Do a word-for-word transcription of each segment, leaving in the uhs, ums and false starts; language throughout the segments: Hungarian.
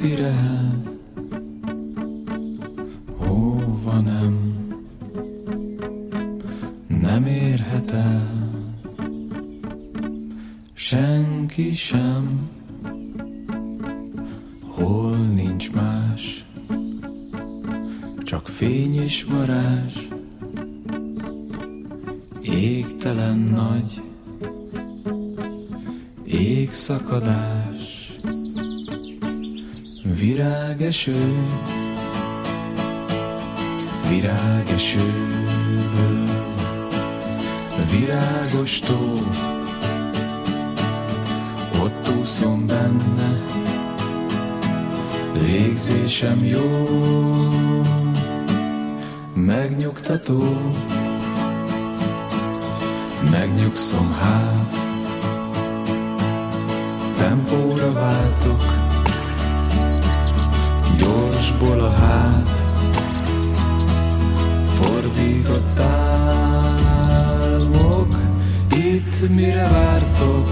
messzire, hova nem, nem érhet el senki sem, hol nincs más, csak fény és varázs, égtelen nagy égszakadás, virágeső, virágesőből, virágos tó, ott úszom benne, légzésem jó, megnyugtató, megnyugszom hát, tempóra váltok, gyorsból a hát, fordított álmok, itt mire vártok,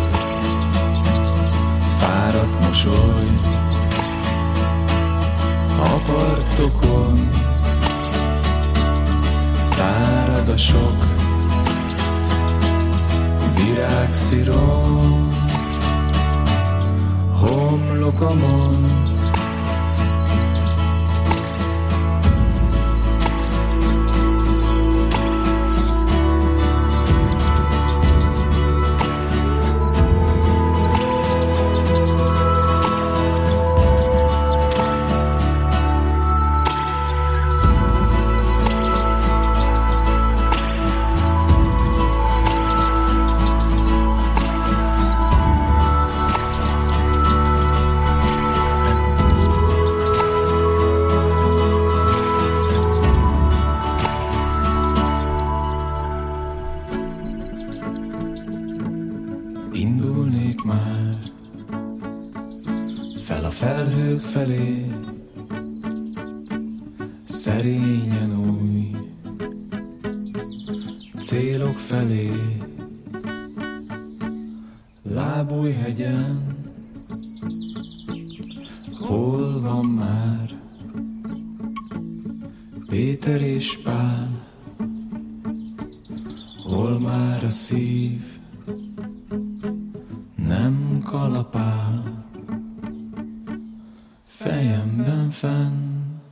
fáradt mosoly, a partokon, szárad a sok virágszirom, homlokomon. Indulnék már fel a felhők felé, szerényen új célok felé, Lábújhegyen, hol van már Péter és Pál, hol már a szív nem kalapál, fejemben fenn.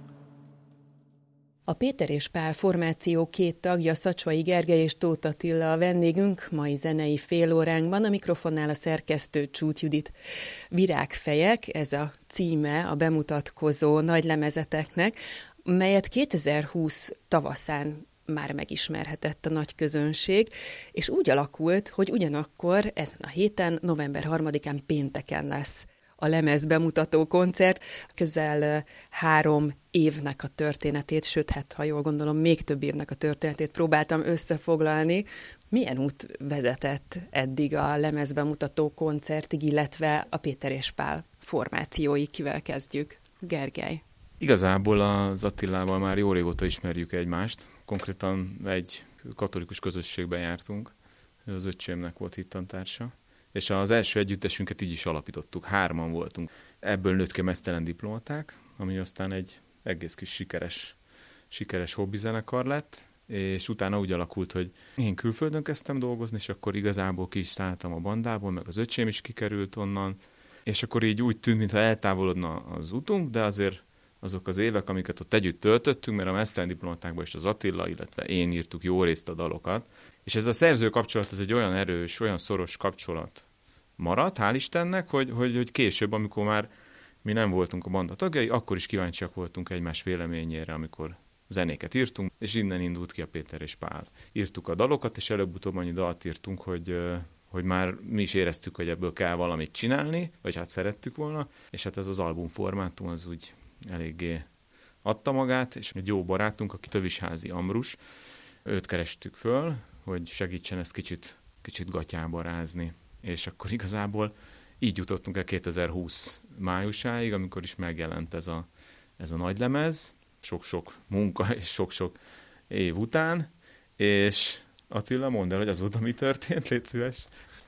A Péter és Pál formáció két tagja, Szacsvai Gergely és Tóth Attila a vendégünk mai zenei félóránkban, a mikrofonnál a szerkesztő Csúth Judit. Virágfejek, ez a címe a bemutatkozó nagylemezeteknek, melyet kétezer-húsz tavaszán már megismerhetett a nagy közönség, és úgy alakult, hogy ugyanakkor ezen a héten, november harmadikán pénteken lesz a lemez bemutató koncert. Közel három évnek a történetét, sőt, hát, ha jól gondolom, még több évnek a történetét próbáltam összefoglalni. Milyen út vezetett eddig a lemez bemutató koncertig, illetve a Péter és Pál formációig? Kivel kezdjük? Gergely. Igazából az Attilával már jó régóta ismerjük egymást. Konkrétan egy katolikus közösségben jártunk, az öcsémnek volt hittantársa, és az első együttesünket így is alapítottuk, hárman voltunk. Ebből nőtt ki Meztelen Diplomaták, ami aztán egy egész kis sikeres, sikeres hobbizenekar lett, és utána úgy alakult, hogy én külföldön kezdtem dolgozni, és akkor igazából ki is szálltam a bandából, meg az öcsém is kikerült onnan, és akkor így úgy tűnt, mintha eltávolodna az utunk, de azért azok az évek, amiket ott együtt töltöttünk, mert a Meztelen Diplomatákban is az Attila, illetve én írtuk jó részt a dalokat, és ez a szerző kapcsolat, ez egy olyan erős, olyan szoros kapcsolat maradt, hál' Istennek, hogy, hogy, hogy később, amikor már mi nem voltunk a banda tagjai, akkor is kíváncsiak voltunk egymás véleményére, amikor zenéket írtunk, és innen indult ki a Péter és Pál. Írtuk a dalokat, és előbb-utóbb annyi dalt írtunk, hogy, hogy már mi is éreztük, hogy ebből kell valamit csinálni, vagy hát szerettük volna, és hát ez az albumformátum az úgy eléggé adta magát, és egy jó barátunk, aki Tövisházi Ambrus, őt kerestük föl, hogy segítsen ezt kicsit, kicsit gatyába rázni. És akkor igazából így jutottunk el kétezer-húsz májusáig, amikor is megjelent ez a, ez a nagylemez, sok-sok munka és sok-sok év után, és Attila, mondd el, hogy azóta mi történt, légy szíves.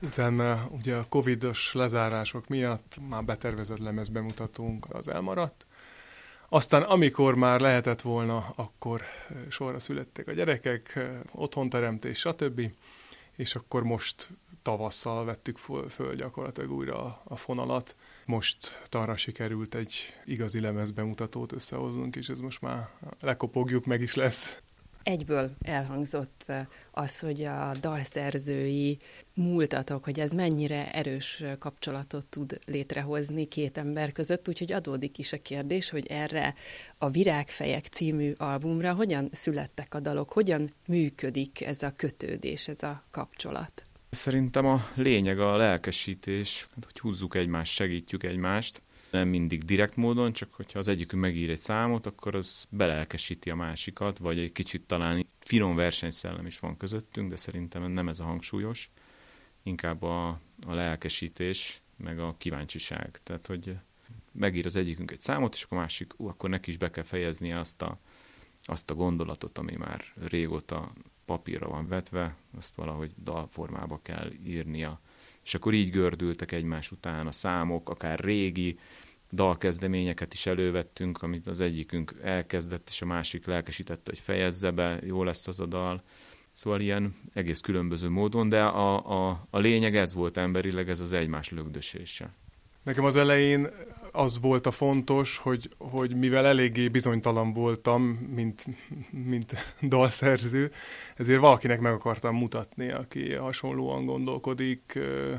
Utána ugye a covidos lezárások miatt már betervezett lemezbemutatónk az elmaradt. Aztán amikor már lehetett volna, akkor sorra születtek a gyerekek, otthonteremtés, stb. És akkor most tavasszal vettük föl, föl gyakorlatilag újra a fonalat. Most arra sikerült egy igazi lemezbemutatót összehoznunk, és ez most már lekopogjuk, meg is lesz. Egyből elhangzott az, hogy a dalszerzői múltatok, hogy ez mennyire erős kapcsolatot tud létrehozni két ember között, úgyhogy adódik is a kérdés, hogy erre a Virágfejek című albumra hogyan születtek a dalok, hogyan működik ez a kötődés, ez a kapcsolat? Szerintem a lényeg a lelkesítés, hogy húzzuk egymást, segítjük egymást. Nem mindig direkt módon, csak hogyha az egyikünk megír egy számot, akkor az belelkesíti a másikat, vagy egy kicsit talán finom versenyszellem is van közöttünk, de szerintem nem ez a hangsúlyos. Inkább a, a lelkesítés, meg a kíváncsiság. Tehát, hogy megír az egyikünk egy számot, és akkor a másik, ú, akkor neki is be kell fejeznie azt a, azt a gondolatot, ami már régóta papírra van vetve, azt valahogy dalformába kell írnia. És akkor így gördültek egymás után a számok, akár régi dalkezdeményeket is elővettünk, amit az egyikünk elkezdett, és a másik lelkesítette, hogy fejezze be, jó lesz az a dal. Szóval ilyen egész különböző módon, de a, a, a lényeg ez volt emberileg, ez az egymás lögdösése. Nekem az elején az volt a fontos, hogy, hogy mivel eléggé bizonytalan voltam, mint, mint dalszerző, ezért valakinek meg akartam mutatni, aki hasonlóan gondolkodik,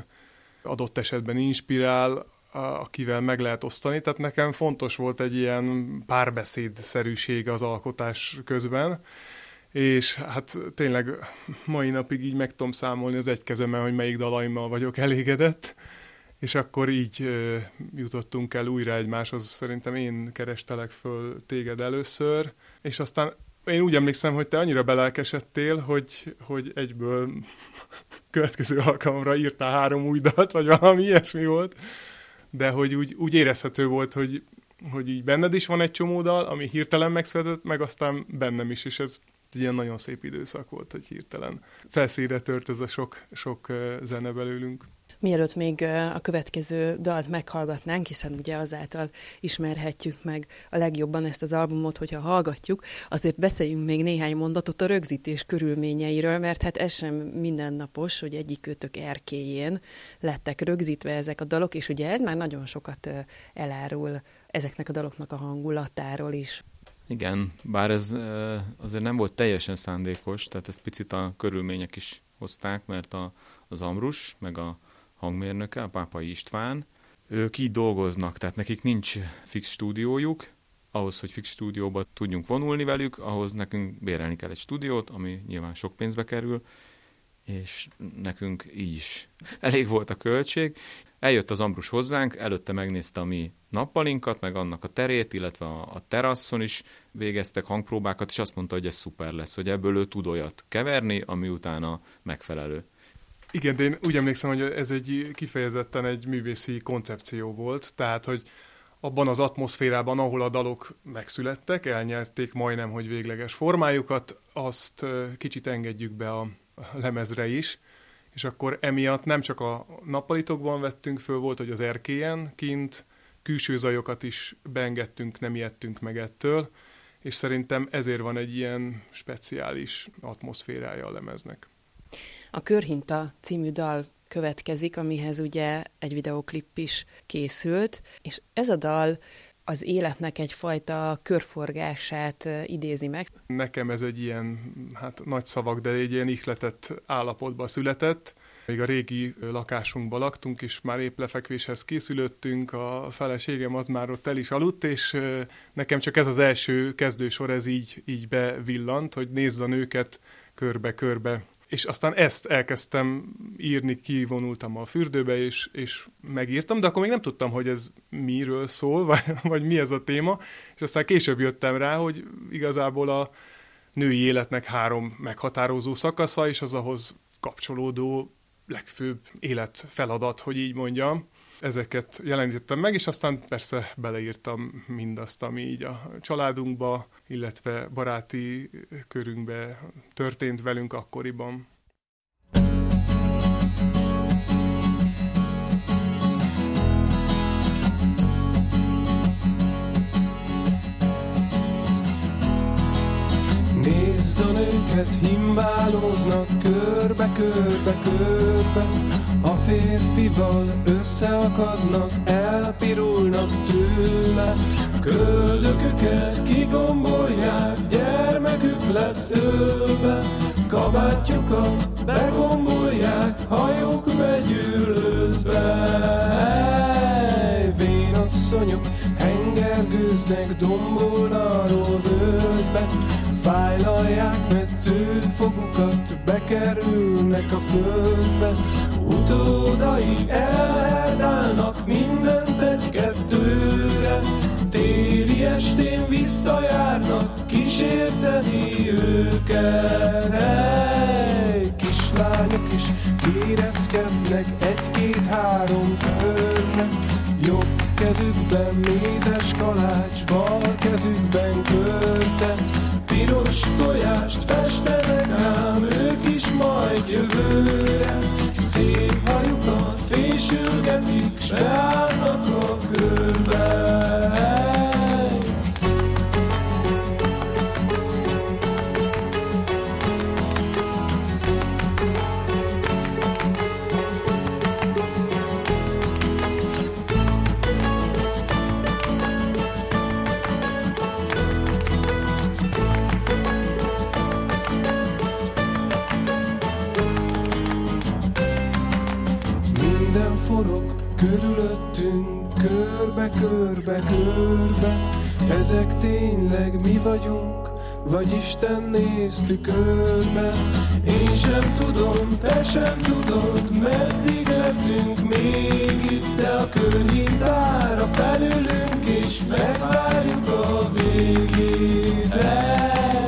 adott esetben inspirál, akivel meg lehet osztani. Tehát nekem fontos volt egy ilyen párbeszédszerűség az alkotás közben, és hát tényleg mai napig így meg tudom számolni az egy kezemben, hogy melyik dalaimmal vagyok elégedett, és akkor így ö, jutottunk el újra egymáshoz. Szerintem én kerestelek föl téged először, és aztán én úgy emlékszem, hogy te annyira belelkesedtél, hogy, hogy egyből következő alkalomra írtál három új dalt, vagy valami ilyesmi volt, de hogy úgy, úgy érezhető volt, hogy, hogy így benned is van egy csomó dal, ami hirtelen megszületett, meg aztán bennem is, és ez egy ilyen nagyon szép időszak volt, hogy hirtelen felszínre tört ez a sok, sok zene belőlünk. Mielőtt még a következő dalt meghallgatnánk, hiszen ugye azáltal ismerhetjük meg a legjobban ezt az albumot, hogyha hallgatjuk, azért beszéljünk még néhány mondatot a rögzítés körülményeiről, mert hát ez sem mindennapos, hogy egyikőtök erkélyén lettek rögzítve ezek a dalok, és ugye ez már nagyon sokat elárul ezeknek a daloknak a hangulatáról is. Igen, bár ez azért nem volt teljesen szándékos, tehát ezt picit a körülmények is hozták, mert a, az Ambrus, meg a hangmérnöke, a Pápai István, ők így dolgoznak, tehát nekik nincs fix stúdiójuk, ahhoz, hogy fix stúdióba tudjunk vonulni velük, ahhoz nekünk bérelni kell egy stúdiót, ami nyilván sok pénzbe kerül, és nekünk így is elég volt a költség. Eljött az Ambrus hozzánk, előtte megnézte a mi nappalinkat, meg annak a terét, illetve a, a terasszon is végeztek hangpróbákat, és azt mondta, hogy ez szuper lesz, hogy ebből ő tud olyat keverni, ami utána megfelelő. Igen, de én úgy emlékszem, hogy ez egy kifejezetten egy művészi koncepció volt, tehát, hogy abban az atmoszférában, ahol a dalok megszülettek, elnyerték majdnem, hogy végleges formájukat, azt kicsit engedjük be a lemezre is, és akkor emiatt nem csak a nappalitokban vettünk föl, volt, hogy az erkélyen kint, külső zajokat is beengedtünk, nem ijedtünk meg ettől, és szerintem ezért van egy ilyen speciális atmoszférája a lemeznek. A Körhinta című dal következik, amihez ugye egy videóklip is készült, és ez a dal az életnek egyfajta körforgását idézi meg. Nekem ez egy ilyen, hát nagy szavak, de egy ilyen ihletett állapotban született. Még a régi lakásunkban laktunk, és már épp lefekvéshez készülöttünk, a feleségem az már ott el is aludt, és nekem csak ez az első kezdősor, ez így, így bevillant, hogy nézz a nőket körbe-körbe. És aztán ezt elkezdtem írni, kivonultam a fürdőbe, és, és megírtam, de akkor még nem tudtam, hogy ez miről szól, vagy, vagy mi ez a téma, és aztán később jöttem rá, hogy igazából a női életnek három meghatározó szakasza, és az ahhoz kapcsolódó legfőbb életfeladat, hogy így mondjam. Ezeket jelenítettem meg, és aztán persze beleírtam mindazt, ami így a családunkba, illetve baráti körünkbe történt velünk akkoriban. őket himbálóznak körbe, körbe, körbe. A férfival összeakadnak, elpirulnak tőle. Köldöküket kigombolják, gyermekük lesz szőlve. Kabátjukat begombolják, hajuk begyűrözve. Hey, vénasszonyok hengergőznek domboldalról völgybe. Fájlalják metszőfogukat, bekerülnek a földbe. Utódai elherdálnak mindent egy-kettőre. Téli estén visszajárnak kísérteni őket. Hey, kislányok is kéreckednek egy-két-három körnek. Jobb kezükben mézes kalács, bal kezükben körte. Piros tojást festenek ám ők is majd jövőre. Szép hajukat fésülgetik, s beállnak a körbe. Forog körülöttünk, körbe, körbe, körbe. Ezek tényleg mi vagyunk, vagy Isten néz tükörbe? Én sem tudom, te sem tudod, meddig leszünk még itt, de a körhintára felülünk, és megvárjuk a végét. Hey!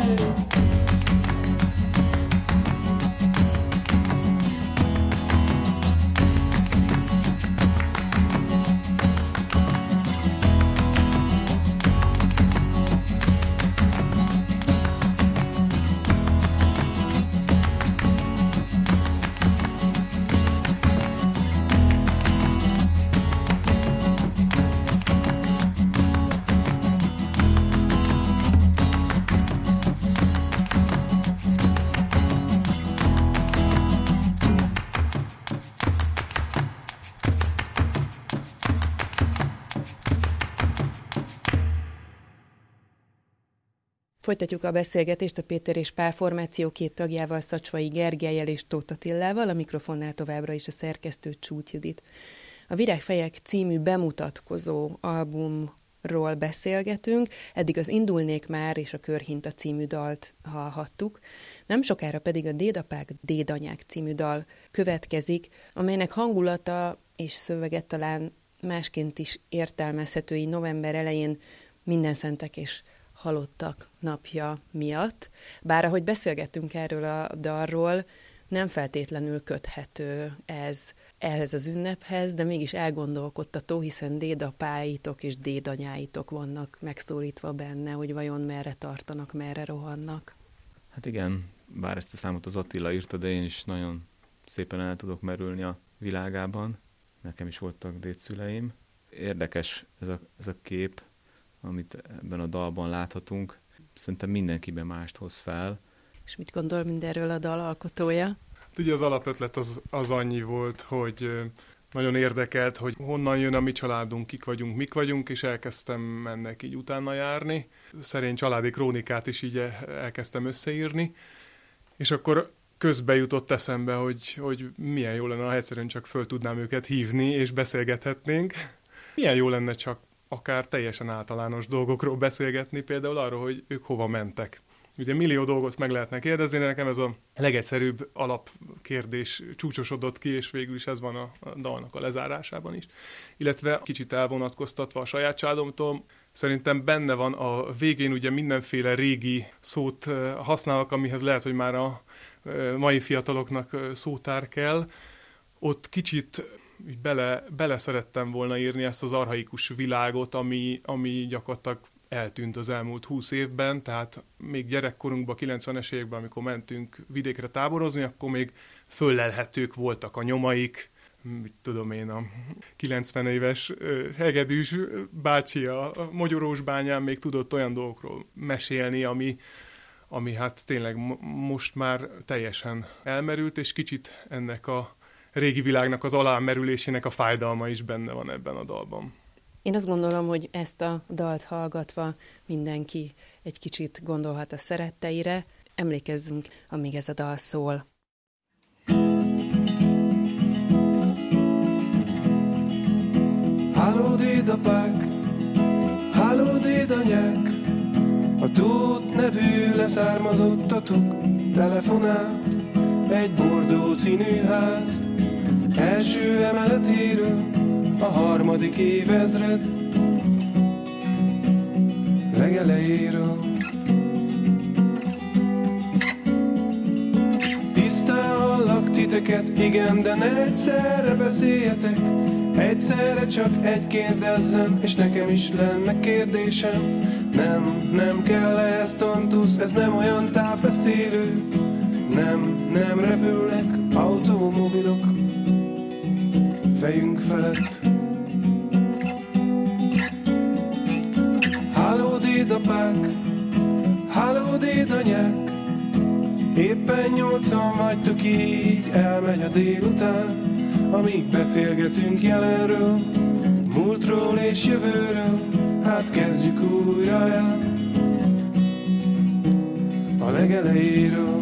Folytatjuk a beszélgetést a Péter és Pál formáció két tagjával, Szacsvai Gergellyel és Tóth Attilával, a mikrofonnál továbbra is a szerkesztő Csúth Judit. A Virágfejek című bemutatkozó albumról beszélgetünk, eddig az Indulnék már és a Körhinta című dalt hallhattuk, nem sokára pedig a Dédapák, Dédanyák című dal következik, amelynek hangulata és szövege talán másként is értelmezhető így november elején Mindenszentek és halottak napja miatt, bár ahogy beszélgettünk erről a dalról, nem feltétlenül köthető ez ehhez az ünnephez, de mégis elgondolkodtató, hiszen dédapáitok és dédanyáitok vannak megszólítva benne, hogy vajon merre tartanak, merre rohannak. Hát igen, bár ezt a számot az Attila írta, de én is nagyon szépen el tudok merülni a világában. Nekem is voltak dédszüleim. Érdekes ez a, ez a kép, amit ebben a dalban láthatunk. Szerintem mindenkiben mást hoz fel. És mit gondol mindenről a dal alkotója? Ugye az alapötlet az, az annyi volt, hogy nagyon érdekelt, hogy honnan jön a mi családunk, kik vagyunk, mik vagyunk, és elkezdtem ennek így utána járni. Szerény családi krónikát is így elkezdtem összeírni, és akkor közben jutott eszembe, hogy, hogy milyen jó lenne, ha egyszerűen csak föl tudnám őket hívni, és beszélgethetnénk. Milyen jó lenne csak akár teljesen általános dolgokról beszélgetni, például arról, hogy ők hova mentek. Ugye millió dolgot meg lehetne kérdezni, de nekem ez a legegyszerűbb alapkérdés csúcsosodott ki, és végül is ez van a dalnak a lezárásában is. Illetve kicsit elvonatkoztatva a saját családomtól, szerintem benne van a végén ugye mindenféle régi szót használok, amihez lehet, hogy már a mai fiataloknak szótár kell. Ott kicsit bele, bele szerettem volna írni ezt az archaikus világot, ami, ami gyakorlatilag eltűnt az elmúlt húsz évben, tehát még gyerekkorunkban, kilencvenes években, amikor mentünk vidékre táborozni, akkor még föllelhetők voltak a nyomaik, mit tudom én, a kilencven éves hegedűs bácsi a Mogyorósbányán még tudott olyan dolgokról mesélni, ami, ami hát tényleg mo- most már teljesen elmerült, és kicsit ennek a régi világnak az alámerülésének a fájdalma is benne van ebben a dalban. Én azt gondolom, hogy ezt a dalt hallgatva mindenki egy kicsit gondolhat a szeretteire. Emlékezzünk, amíg ez a dal szól. Háló dédapák, háló dédanyák, a Tóth nevű leszármazottatok telefonál egy bordó színű ház első emeletéről, a harmadik évezred legelejéről. Tisztán hallak titeket, igen, de ne egyszerre beszéljetek. Egyszerre csak egy kérdezzem, és nekem is lenne kérdésem. Nem, nem kell ehhez tantusz, ez nem olyan távbeszélő. Nem, nem repülnek automobilok fejünk felett. Háló dédapák, háló dédanyák, éppen nyolcan vagytok így, elmegy a délután, amíg beszélgetünk jelenről, múltról és jövőről, hát kezdjük újra el a legelejéről.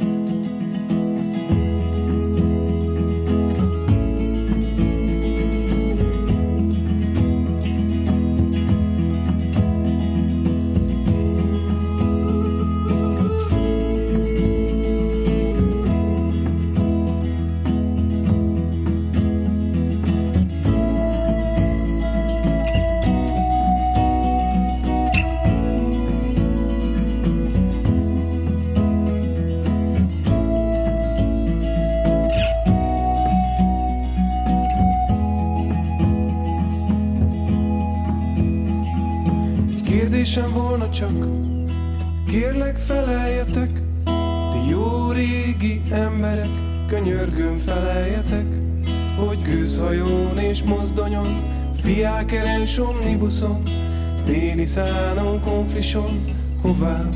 Kérdésem volna csak, kérlek feleljetek, ti jó régi emberek, könyörgöm feleljetek, hogy gőzhajón és mozdonyon, fiákeren s omnibuszon, téli szánon, konflison, hová,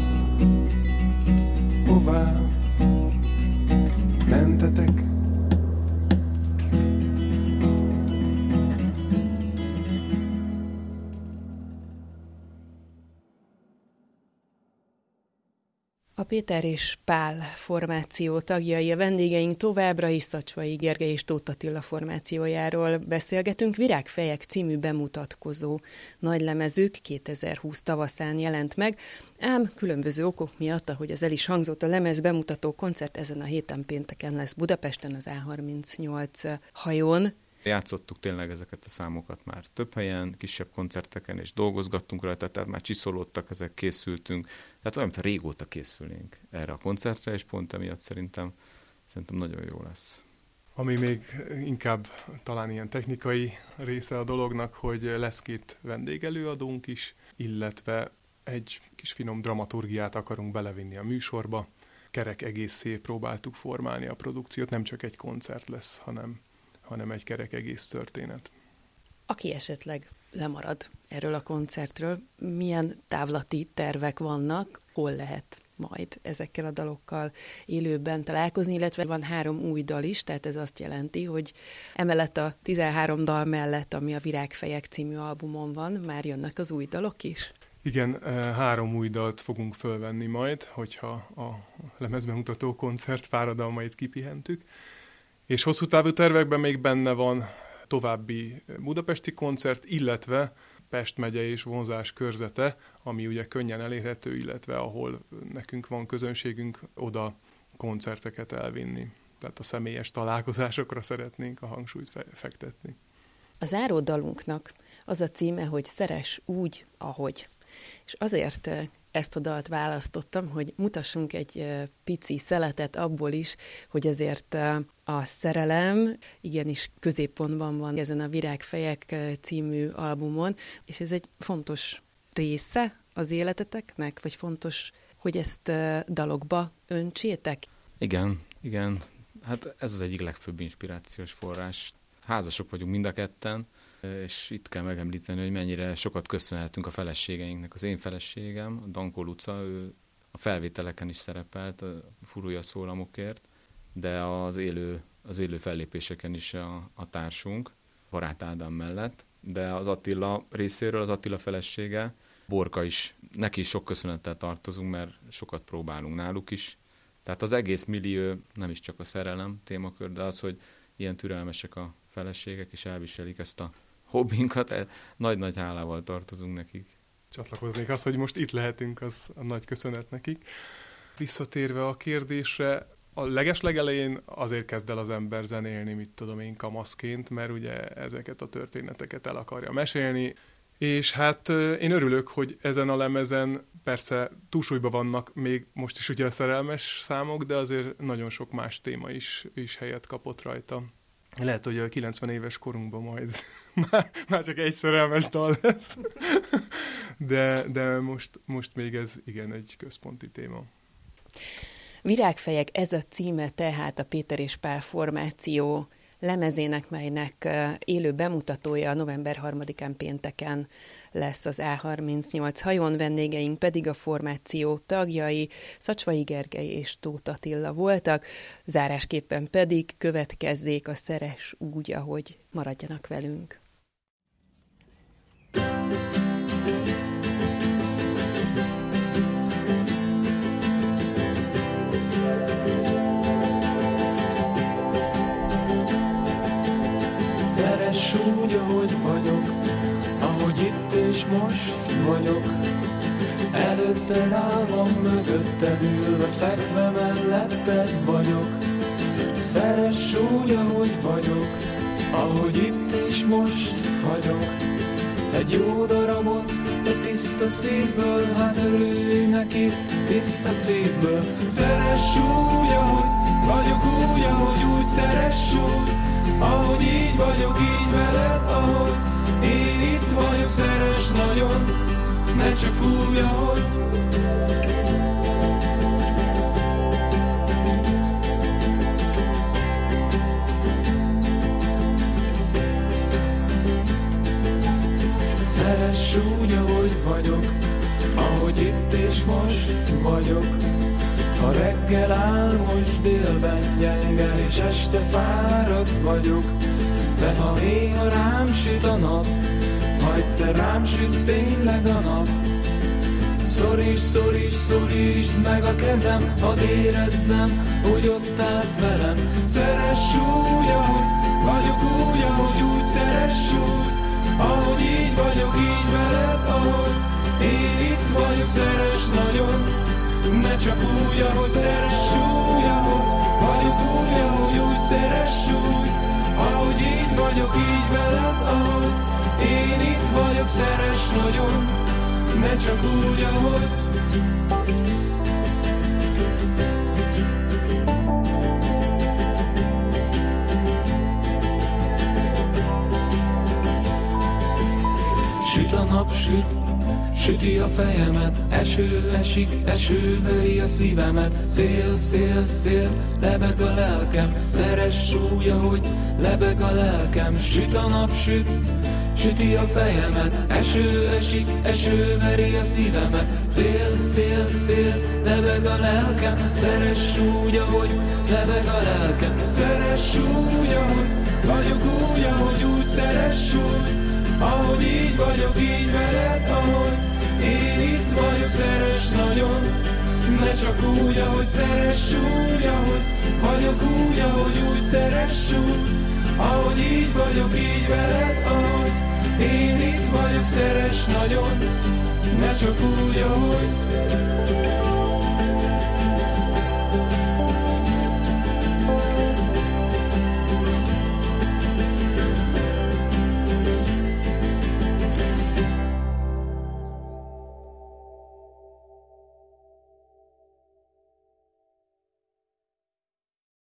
hová mentetek? A Péter és Pál formáció tagjai, a vendégeink továbbra is Szacsvai Gergely és Tóth Attila formációjáról beszélgetünk. Virágfejek című bemutatkozó nagylemezük kétezer-húsz tavaszán jelent meg, ám különböző okok miatt, ahogy az el is hangzott, a lemez bemutató koncert ezen a héten pénteken lesz Budapesten az á harmincnyolc hajón. Játszottuk tényleg ezeket a számokat már több helyen, kisebb koncerteken, és dolgozgattunk rajta, tehát már csiszolódtak, ezek készültünk. Tehát olyan, mintha régóta készülnénk erre a koncertre, és pont emiatt szerintem, szerintem nagyon jó lesz. Ami még inkább talán ilyen technikai része a dolognak, hogy lesz két vendégelőadónk is, illetve egy kis finom dramaturgiát akarunk belevinni a műsorba. Kerek egészé próbáltuk formálni a produkciót, nem csak egy koncert lesz, hanem hanem egy kerek egész történet. Aki esetleg lemarad erről a koncertről, milyen távlati tervek vannak, hol lehet majd ezekkel a dalokkal élőben találkozni, illetve van három új dal is, tehát ez azt jelenti, hogy emellett a tizenhárom dal mellett, ami a Virágfejek című albumon van, már jönnek az új dalok is? Igen, három új dalt fogunk fölvenni majd, hogyha a lemezbemutató koncert fáradalmait kipihentük. És hosszú távú tervekben még benne van további budapesti koncert, illetve Pest megye és vonzás körzete, ami ugye könnyen elérhető, illetve ahol nekünk van közönségünk, oda koncerteket elvinni. Tehát a személyes találkozásokra szeretnénk a hangsúlyt fe- fektetni. A záró dalunknak az a címe, hogy Szeress úgy, ahogy. És azért ezt a dalt választottam, hogy mutassunk egy pici szeletet abból is, hogy azért a szerelem igenis középpontban van ezen a Virágfejek című albumon, és ez egy fontos része az életeteknek, vagy fontos, hogy ezt dalokba öntsétek? Igen, igen. Hát ez az egyik legfőbb inspirációs forrás. Házasok vagyunk mind a ketten, és itt kell megemlíteni, hogy mennyire sokat köszönhetünk a feleségeinknek. Az én feleségem, Dankó Luca, ő a felvételeken is szerepelt, Furulja szólamokért, de az élő, az élő fellépéseken is a, a társunk, Barát Ádám mellett, de az Attila részéről, az Attila felesége, Borka is, neki is sok köszönettel tartozunk, mert sokat próbálunk náluk is. Tehát az egész millió, nem is csak a szerelem témakör, de az, hogy ilyen türelmesek a feleségek, és elviselik ezt a hobbinkat, nagy-nagy hálával tartozunk nekik. Csatlakoznék az, hogy most itt lehetünk, az a nagy köszönet nekik. Visszatérve a kérdésre, a legeslegelején azért kezd el az ember zenélni, mit tudom én, kamaszként, mert ugye ezeket a történeteket el akarja mesélni. És hát én örülök, hogy ezen a lemezen persze túlsúlyban vannak még most is ugye a szerelmes számok, de azért nagyon sok más téma is, is helyet kapott rajta. Lehet, hogy a kilencven éves korunkban majd már, már csak egy szerelmes dal lesz, de, de most, most még ez igen egy központi téma. Virágfejek, ez a címe tehát a Péter és Pál formáció lemezének, melynek élő bemutatója november harmadikán pénteken lesz az á harmincnyolc hajón, vendégeink pedig a formáció tagjai, Szacsvai Gergely és Tóth Attila voltak, zárásképpen pedig következzék a Szeress úgy, ahogy, maradjanak velünk. Szeress úgy, ahogy vagyok, ahogy itt és most vagyok. Előtted állom, mögötted ülve, fekve melletted vagyok. Szeress úgy, ahogy vagyok, ahogy itt és most vagyok. Egy jó darabot, egy tiszta szívből, hát örülj neki, tiszta szívből. Szeress úgy, ahogy vagyok, úgy, ahogy úgy, szeress úgy, ahogy így vagyok, így veled, ahogy én itt vagyok, szeress nagyon, ne csak úgy, ahogy. Szeress úgy, ahogy vagyok, ahogy itt és most vagyok. Ha reggel álmos, délben gyenge, és este fáradt vagyok, de ha néha rám süt a nap, ha egyszer rám süt tényleg a nap, szoríts, szoríts, szorítsd meg a kezem, hadd érezzem, hogy ott állsz velem. Szeress úgy, ahogy vagyok, úgy, ahogy úgy, szeress úgy, ahogy így vagyok, így veled, ahogy én itt vagyok, szeress nagyon, ne csak úgy, ahogy, szeress úgy, ahogy vagyok, úgy, ahogy úgy, szeress úgy, ahogy így vagyok, így veled, ahogy én itt vagyok, szeress nagyon, ne csak úgy, ahogy. Süt a nap, süt, süti a fejemet, eső esik, eső veri a szívemet. Szél, szél, szél, lebeg a lelkem, szeress úgy, ahogy lebeg a lelkem. Süt a nap, süt, süti a fejemet, eső esik, eső veri a szívemet. Szél, szél, szél, lebeg a lelkem, szeress úgy, ahogy lebeg a lelkem. Szeress úgy, ahogy vagyok, úgy, ahogy úgy, szeress úgy, ahogy így vagyok, így veled, ahogy én itt vagyok, szeress nagyon, ne csak úgy, ahogy, szeress úgy, ahogy vagyok, úgy, ahogy úgy, szeress úgy, ahogy így vagyok, így veled, ahogy én itt vagyok, szeress nagyon, ne csak úgy, ahogy.